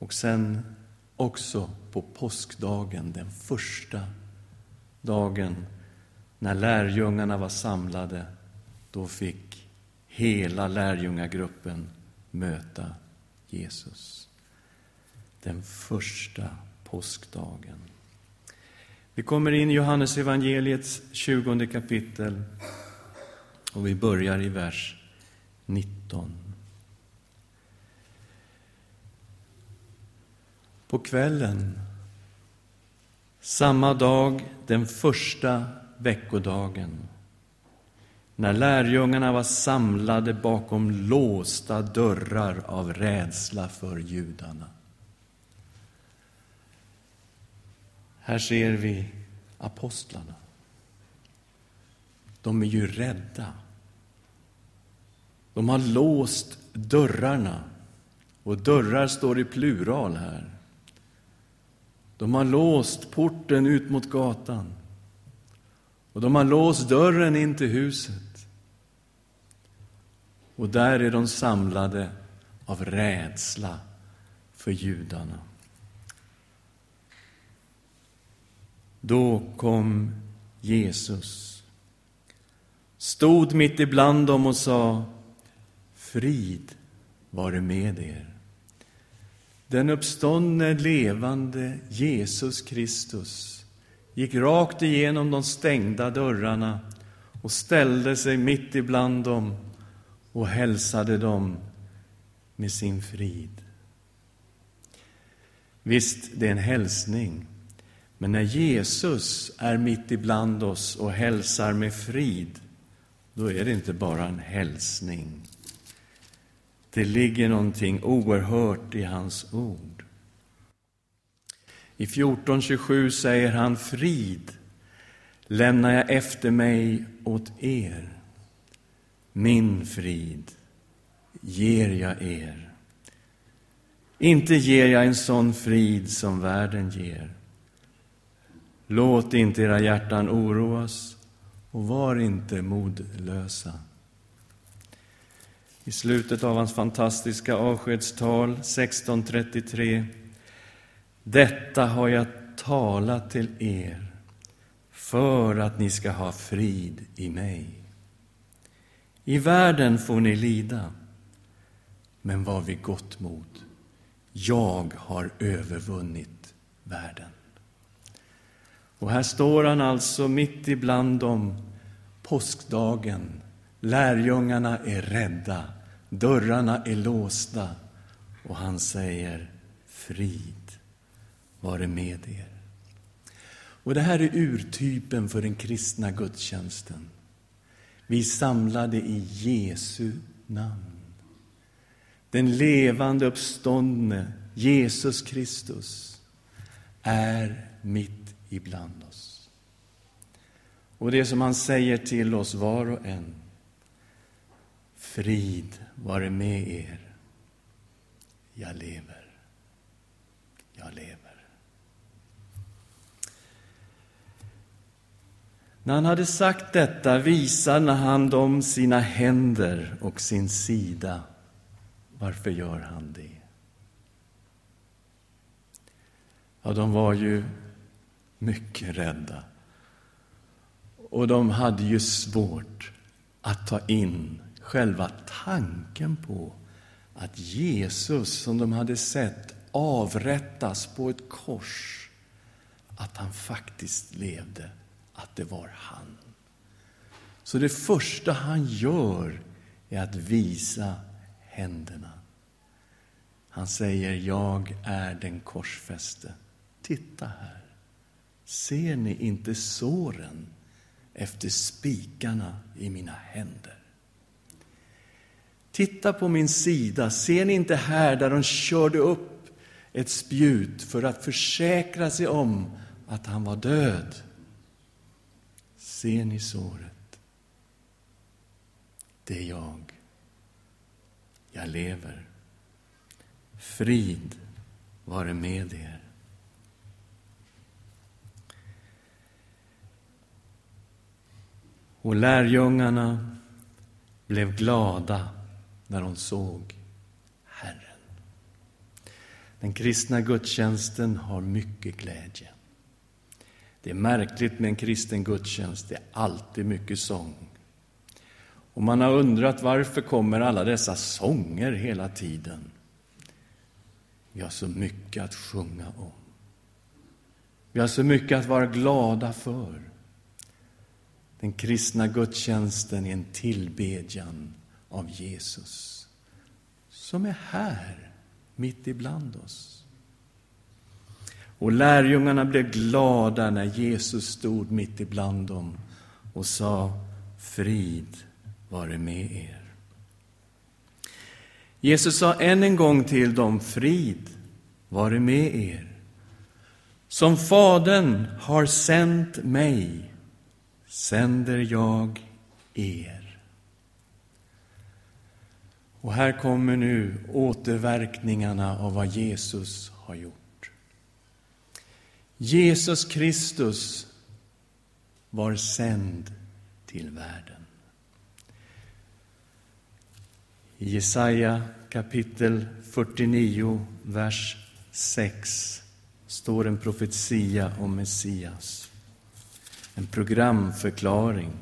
Och sen också på påskdagen, den första dagen när lärjungarna var samlade, då fick hela lärjungagruppen möta Jesus. Den första påskdagen. Vi kommer in i Johannes evangeliets 20 kapitel och vi börjar i vers 19. På kvällen, samma dag, den första veckodagen, när lärjungarna var samlade bakom låsta dörrar av rädsla för judarna. Här ser vi apostlarna. De är ju rädda. De har låst dörrarna. Och dörrar står i plural här. De har låst porten ut mot gatan. Och de har låst dörren in till huset. Och där är de samlade av rädsla för judarna. Då kom Jesus, stod mitt ibland dem och sa: frid vare med er. Den uppståndne levande Jesus Kristus gick rakt igenom de stängda dörrarna och ställde sig mitt ibland dem och hälsade dem med sin frid. Visst, det är en hälsning. Men när Jesus är mitt ibland oss och hälsar med frid, då är det inte bara en hälsning. Det ligger någonting oerhört i hans ord. I 14:27 säger han: frid lämnar jag efter mig åt er. Min frid ger jag er. Inte ger jag en sån frid som världen ger. Låt inte era hjärtan oroas och var inte modlösa. I slutet av hans fantastiska avskedstal 16:33: detta har jag talat till er för att ni ska ha frid i mig. I världen får ni lida, men var vid gott mod. Jag har övervunnit världen. Och här står han alltså mitt ibland dem, påskdagen. Lärjungarna är rädda, dörrarna är låsta och han säger: frid vare med er. Och det här är urtypen för den kristna gudstjänsten. Vi samlade i Jesu namn. Den levande uppståndne Jesus Kristus är mitt ibland oss. Och det som han säger till oss var och en: frid vare med er. Jag lever. Jag lever. När han hade sagt detta visade han dem sina händer och sin sida. Varför gör han det? Ja, de var ju mycket rädda. Och de hade ju svårt att ta in själva tanken på att Jesus, som de hade sett avrättas på ett kors, att han faktiskt levde, att det var han. Så det första han gör är att visa händerna. Han säger: jag är den korsfäste. Titta här. Ser ni inte såren efter spikarna i mina händer? Titta på min sida. Ser ni inte här där de körde upp ett spjut för att försäkra sig om att han var död? Ser ni såret? Det är jag. Jag lever. Frid vare med er. Och lärjungarna blev glada när de såg Herren. Den kristna gudstjänsten har mycket glädje. Det är märkligt med en kristen gudstjänst. Det är alltid mycket sång. Och man har undrat varför kommer alla dessa sånger hela tiden. Vi har så mycket att sjunga om. Vi har så mycket att vara glada för. Den kristna gudstjänsten är en tillbedjan av Jesus, som är här mitt ibland oss. Och lärjungarna blev glada när Jesus stod mitt ibland dem och sa: frid vare med er. Jesus sa än en gång till dem: frid vare med er. Som Fadern har sänt mig, sänder jag er. Och här kommer nu återverkningarna av vad Jesus har gjort. Jesus Kristus var sänd till världen. I Jesaja kapitel 49, vers 6 står en profetia om Messias. En programförklaring.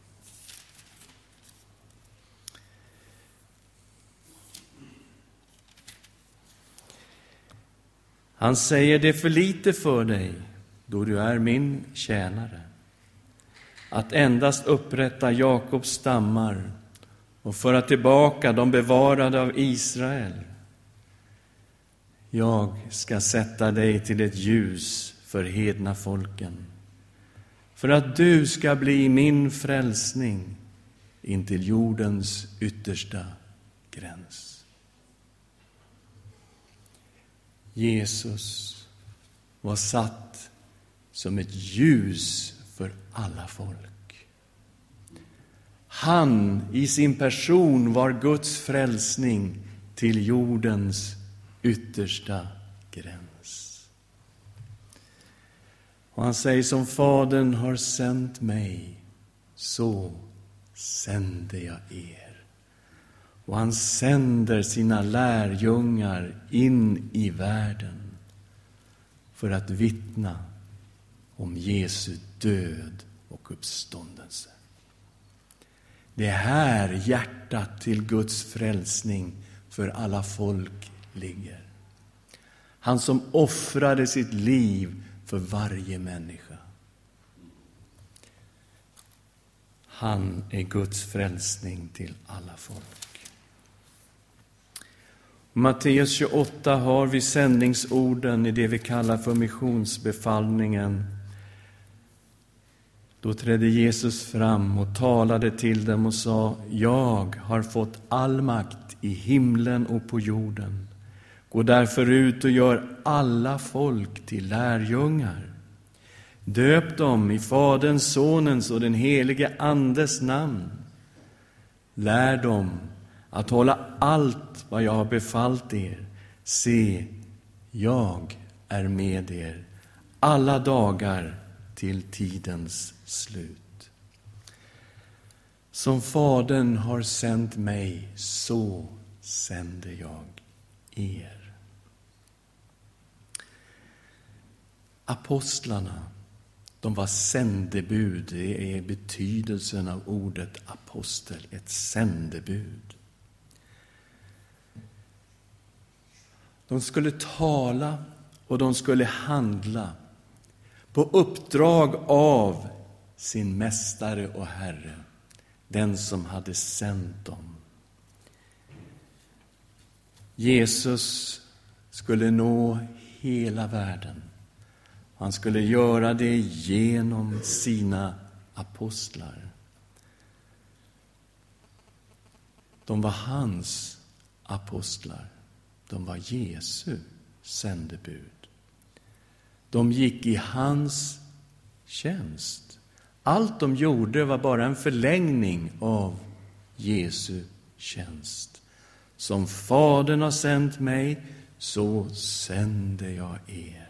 Han säger: det är för lite för dig, då du är min tjänare, att endast upprätta Jakobs stammar och föra tillbaka de bevarade av Israel. Jag ska sätta dig till ett ljus för hedna folken, för att du ska bli min frälsning intill jordens yttersta gräns. Jesus var satt som ett ljus för alla folk. Han i sin person var Guds frälsning till jordens yttersta gräns. Och han säger: som Fadern har sänt mig, så sänder jag er. Och han sänder sina lärjungar in i världen för att vittna om Jesu död och uppståndelse. Det är här hjärtat till Guds frälsning för alla folk ligger. Han som offrade sitt liv för varje människa. Han är Guds frälsning till alla folk. I Matteus 28 har vi sändningsorden i det vi kallar för missionsbefallningen. Då trädde Jesus fram och talade till dem och sa: jag har fått all makt i himlen och på jorden. Gå därför ut och gör alla folk till lärjungar. Döp dem i Faderns, Sonens och den helige Andes namn. Lär dem att hålla allt vad jag har befallt er. Se, jag är med er alla dagar till tidens slut. Som Fadern har sänt mig, så sänder jag er. Apostlarna, de var sändebud. Det är betydelsen av ordet apostel, ett sändebud. De skulle tala och de skulle handla på uppdrag av sin mästare och Herre, den som hade sänt dem. Jesus skulle nå hela världen. Han skulle göra det genom sina apostlar. De var hans apostlar. De var Jesu sändebud. De gick i hans tjänst. Allt de gjorde var bara en förlängning av Jesu tjänst. Som Fadern har sänt mig, så sänder jag er.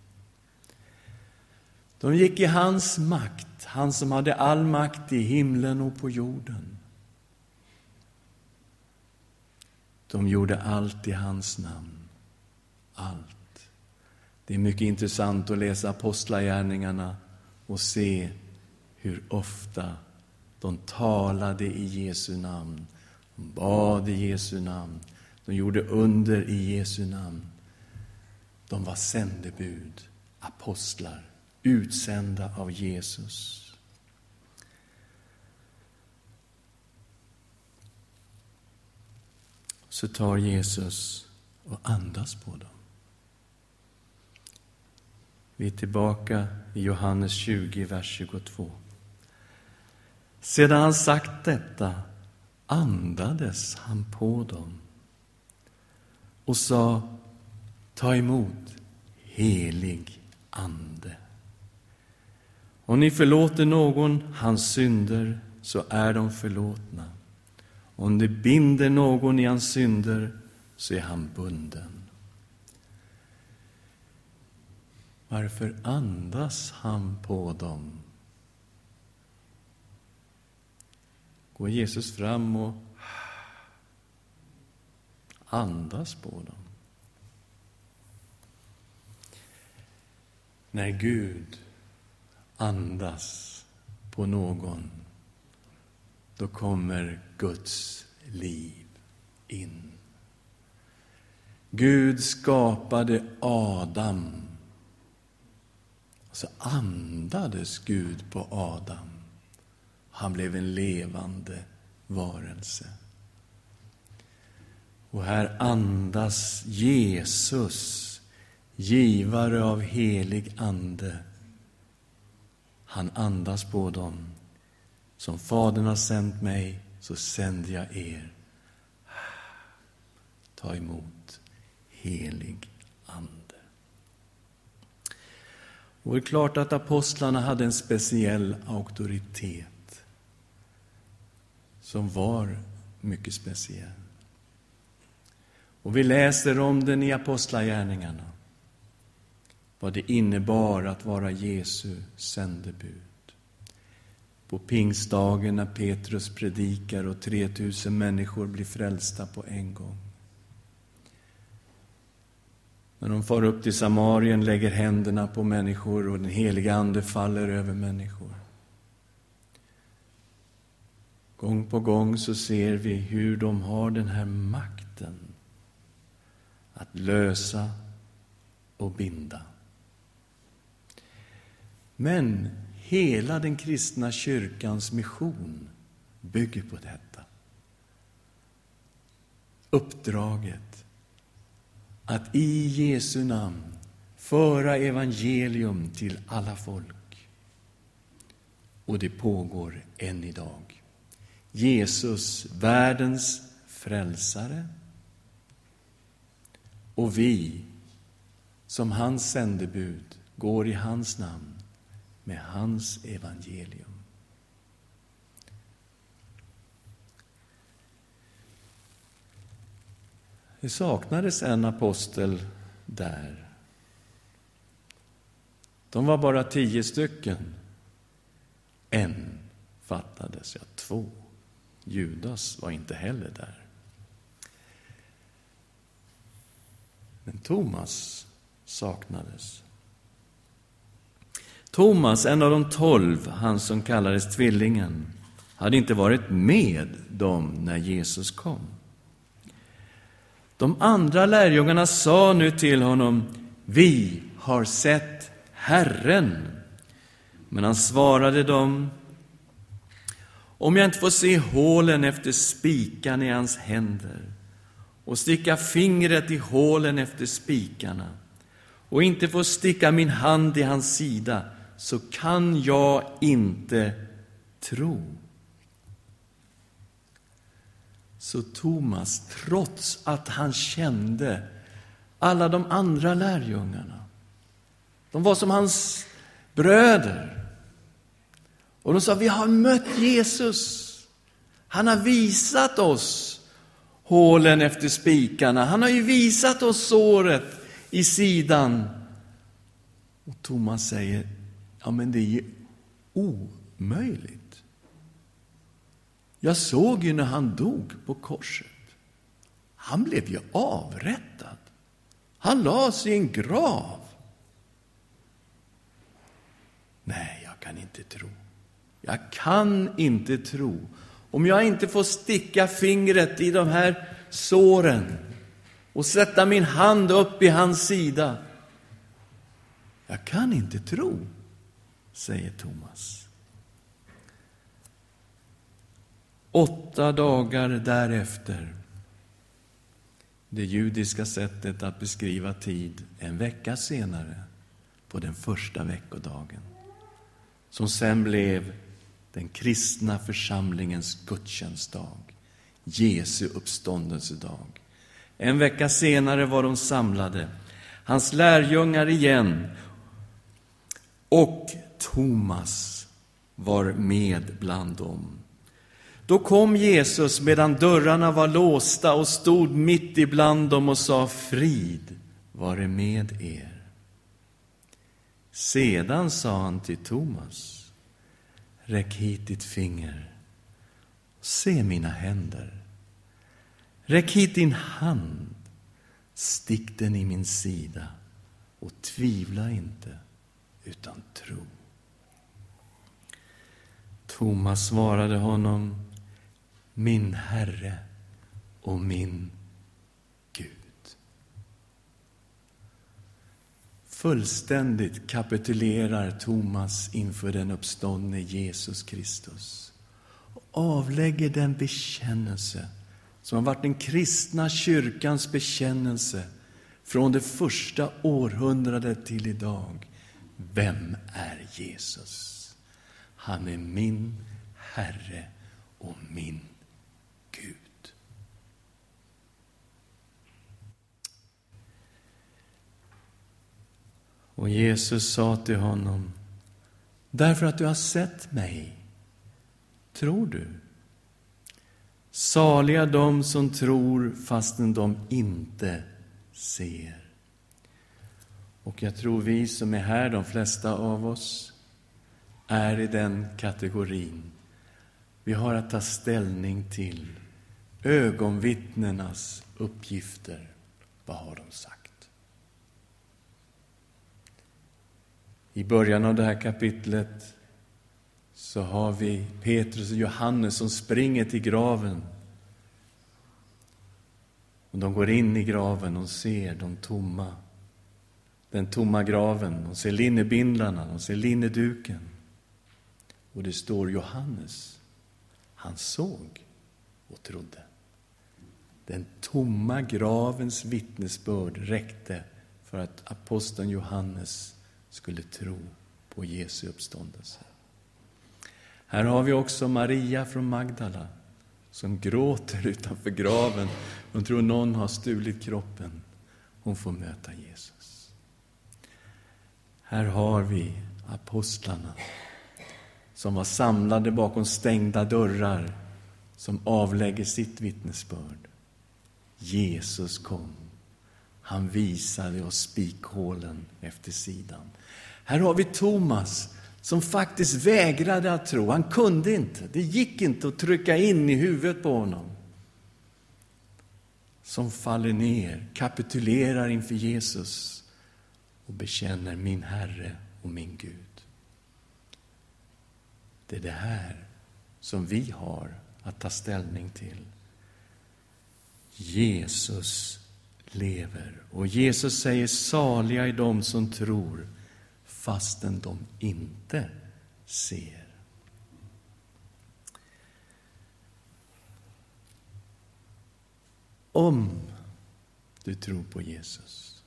De gick i hans makt, han som hade all makt i himlen och på jorden. De gjorde allt i hans namn. allt. Det är mycket intressant att läsa apostlagärningarna och se hur ofta de talade i Jesu namn. De bad i Jesu namn. De gjorde under i Jesu namn. De var sändebud, apostlar, utsända av Jesus. Så tar Jesus och andas på dem. Vi är tillbaka i Johannes 20, vers 22. Sedan han sagt detta andades han på dem och sa: ta emot helig ande. Om ni förlåter någon hans synder, så är de förlåtna. Om det binder någon i hans synder, så är han bunden. Varför andas han på dem? Går Jesus fram och andas på dem? När Gud andas på någon, då kommer Guds liv in. Gud skapade Adam. Så andades Gud på Adam. Han blev en levande varelse. Och här andas Jesus, givare av helig ande. Han andas på dem. Som Fadern har sänt mig, så sänder jag er. Ta emot helig ande. Och det är klart att apostlarna hade en speciell auktoritet som var mycket speciell. Och vi läser om den i apostlagärningarna. Vad det innebar att vara Jesu sändebud. På pingstdagen när Petrus predikar och 3000 människor blir frälsta på en gång. När de far upp till Samarien, lägger händerna på människor och den heliga ande faller över människor. Gång på gång så ser vi hur de har den här makten att lösa och binda. Men hela den kristna kyrkans mission bygger på detta. Uppdraget att i Jesu namn föra evangelium till alla folk. Och det pågår än idag. Jesus, världens frälsare, och vi som hans sändebud går i hans namn med hans evangelium. Det saknades en apostel där. De var bara 10 stycken. En fattades, 2. Judas var inte heller där. Men Thomas saknades. Thomas, en av de 12, han som kallades tvillingen, hade inte varit med dem när Jesus kom. De andra lärjungarna sa nu till honom: vi har sett Herren. Men han svarade dem: om jag inte får se hålen efter spikan i hans händer och sticka fingret i hålen efter spikarna och inte får sticka min hand i hans sida, så kan jag inte tro. Så Thomas, trots att han kände alla de andra lärjungarna, de var som hans bröder, och de sa: vi har mött Jesus. Han har visat oss hålen efter spikarna. Han har ju visat oss såret i sidan. Och Thomas säger: ja, men det är ju omöjligt. Jag såg ju när han dog på korset. Han blev ju avrättad. Han lades i en grav. Nej, jag kan inte tro. Jag kan inte tro. Om jag inte får sticka fingret i de här såren och sätta min hand upp i hans sida. Jag kan inte tro, säger Thomas. 8 dagar därefter, det judiska sättet att beskriva tid, en vecka senare, på den första veckodagen, som sen blev den kristna församlingens gudstjänstdag, Jesu uppståndelsedag. En vecka senare var de samlade, hans lärjungar igen, och Thomas var med bland dem. Då kom Jesus medan dörrarna var låsta och stod mitt ibland dem och sa: frid vare med er. Sedan sa han till Thomas: räck hit ditt finger, se mina händer. Räck hit din hand, stick den i min sida och tvivla inte, utan tro. Thomas svarade honom: min Herre och min Gud. Fullständigt kapitulerar Thomas inför den uppståndne Jesus Kristus och avlägger den bekännelse som har varit den kristna kyrkans bekännelse från det första århundradet till idag. Vem är Jesus? Han är min Herre och min Gud. Och Jesus sa till honom: därför att du har sett mig, tror du? Saliga de som tror fastän de inte ser. Och jag tror vi som är här, de flesta av oss, är i den kategorin. Vi har att ta ställning till ögonvittnenas uppgifter. Vad har de sagt? I början av det här kapitlet så har vi Petrus och Johannes som springer till graven. Och de går in i graven och ser den tomma graven. De ser linnebindlarna, de ser linneduken. Och det står Johannes. Han såg och trodde. Den tomma gravens vittnesbörd räckte för att aposteln Johannes skulle tro på Jesu uppståndelse. Här har vi också Maria från Magdala som gråter utanför graven. Hon tror någon har stulit kroppen. Hon får möta Jesus. Här har vi apostlarna som var samlade bakom stängda dörrar, som avlägger sitt vittnesbörd. Jesus kom. Han visade oss spikhålen efter sidan. Här har vi Thomas som faktiskt vägrade att tro. Han kunde inte. Det gick inte att trycka in i huvudet på honom. Som faller ner, kapitulerar inför Jesus och bekänner: min Herre och min Gud. Det är det här som vi har att ta ställning till. Jesus lever. Och Jesus säger: saliga är de som tror fastän de inte ser. Om du tror på Jesus,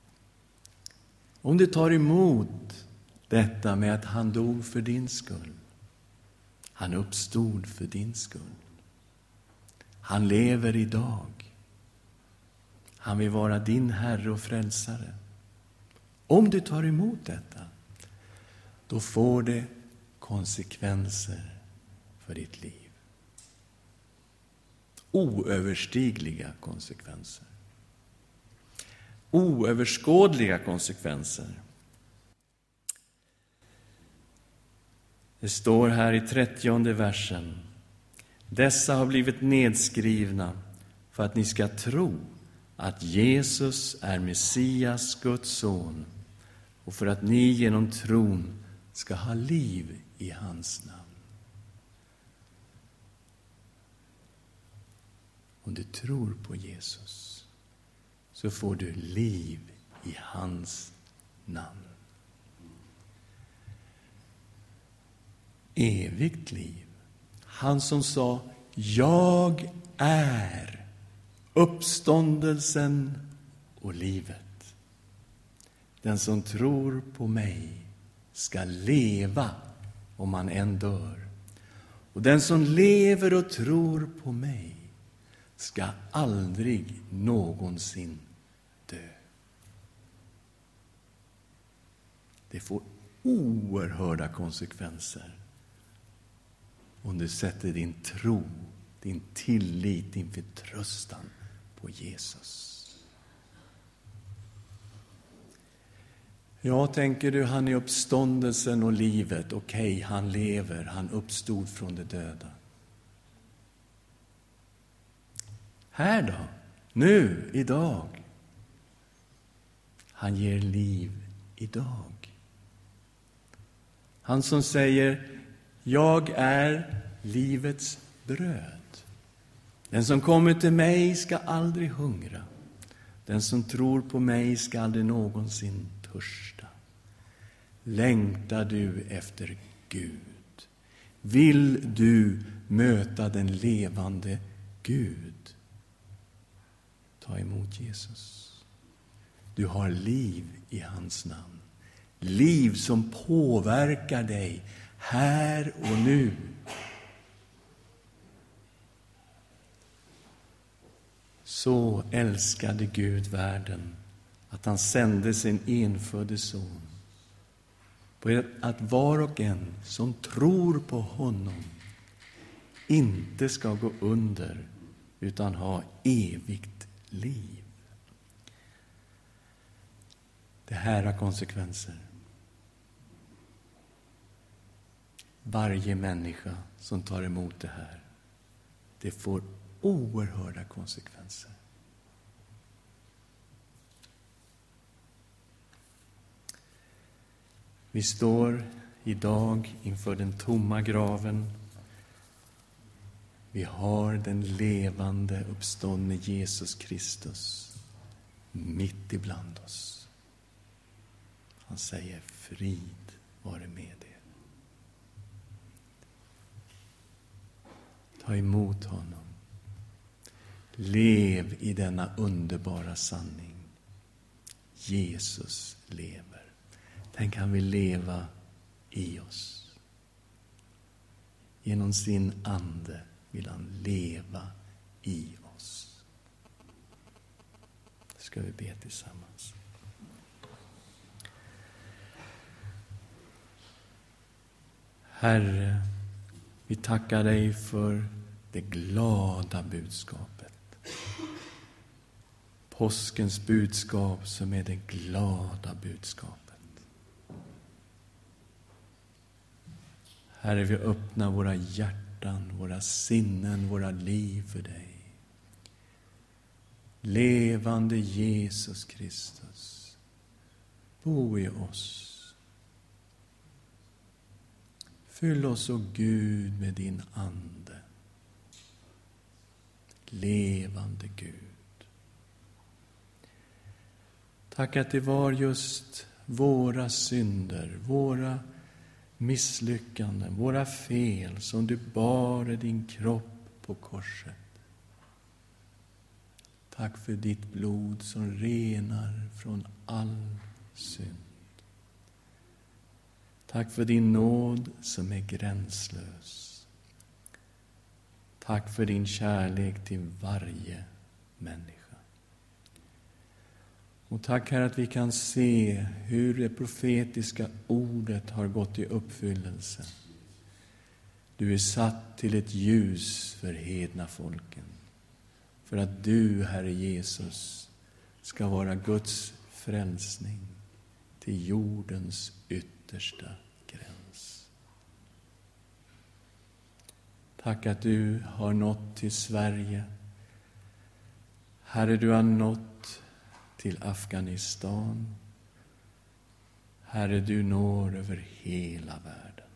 om du tar emot detta med att han dog för din skull, han uppstod för din skull, han lever idag, han vill vara din Herre och frälsare. Om du tar emot detta, då får det konsekvenser för ditt liv. Oöverstigliga konsekvenser. Oöverskådliga konsekvenser. Det står här i 30:e versen: dessa har blivit nedskrivna för att ni ska tro att Jesus är Messias, Guds son, och för att ni genom tron ska ha liv i hans namn. Om du tror på Jesus så får du liv i hans namn. Evigt liv. Han som sa: jag är uppståndelsen och livet. Den som tror på mig ska leva om han än dör. Och den som lever och tror på mig ska aldrig någonsin dö. Det får oerhörda konsekvenser om du sätter din tro, din tillit, din förtröstan på Jesus. Ja, tänker du, han är uppståndelsen och livet. Okej, han lever, han uppstod från de döda. Här då, nu, idag. Han ger liv idag. Han som säger: jag är livets bröd. Den som kommer till mig ska aldrig hungra. Den som tror på mig ska aldrig någonsin törsta. Längtar du efter Gud? Vill du möta den levande Gud? Ta emot Jesus. Du har liv i hans namn. Liv som påverkar dig här och nu. Så älskade Gud världen att han sände sin enfödde son, på att var och en som tror på honom inte ska gå under utan ha evigt liv. Det här har konsekvenser. Varje människa som tar emot det här, det får oerhörda konsekvenser. Vi står idag inför den tomma graven. Vi har den levande uppståndne Jesus Kristus mitt ibland oss. Han säger: frid vare med er. Ta emot honom. Lev i denna underbara sanning. Jesus lever. Tänk, han vill leva i oss. Genom sin ande vill han leva i oss. Ska vi be tillsammans. Herre, vi tackar dig för det glada budskapet. Påskens budskap som är det glada budskapet. Herre, vi öppnar våra hjärtan, våra sinnen, våra liv för dig. Levande Jesus Kristus, bo i oss. Fyll oss, o Gud, med din ande. Levande Gud. Tack att det var just våra synder, våra misslyckanden, våra fel som du bar i din kropp på korset. Tack för ditt blod som renar från all synd. Tack för din nåd som är gränslös. Tack för din kärlek till varje människa. Och tack, Herre, att vi kan se hur det profetiska ordet har gått i uppfyllelse. Du är satt till ett ljus för hedna folken. För att du, Herre Jesus, ska vara Guds frälsning till jordens yttersta gräns. Tack att du har nått till Sverige. Herre, du har nått till Afghanistan. Herre, du når över hela världen.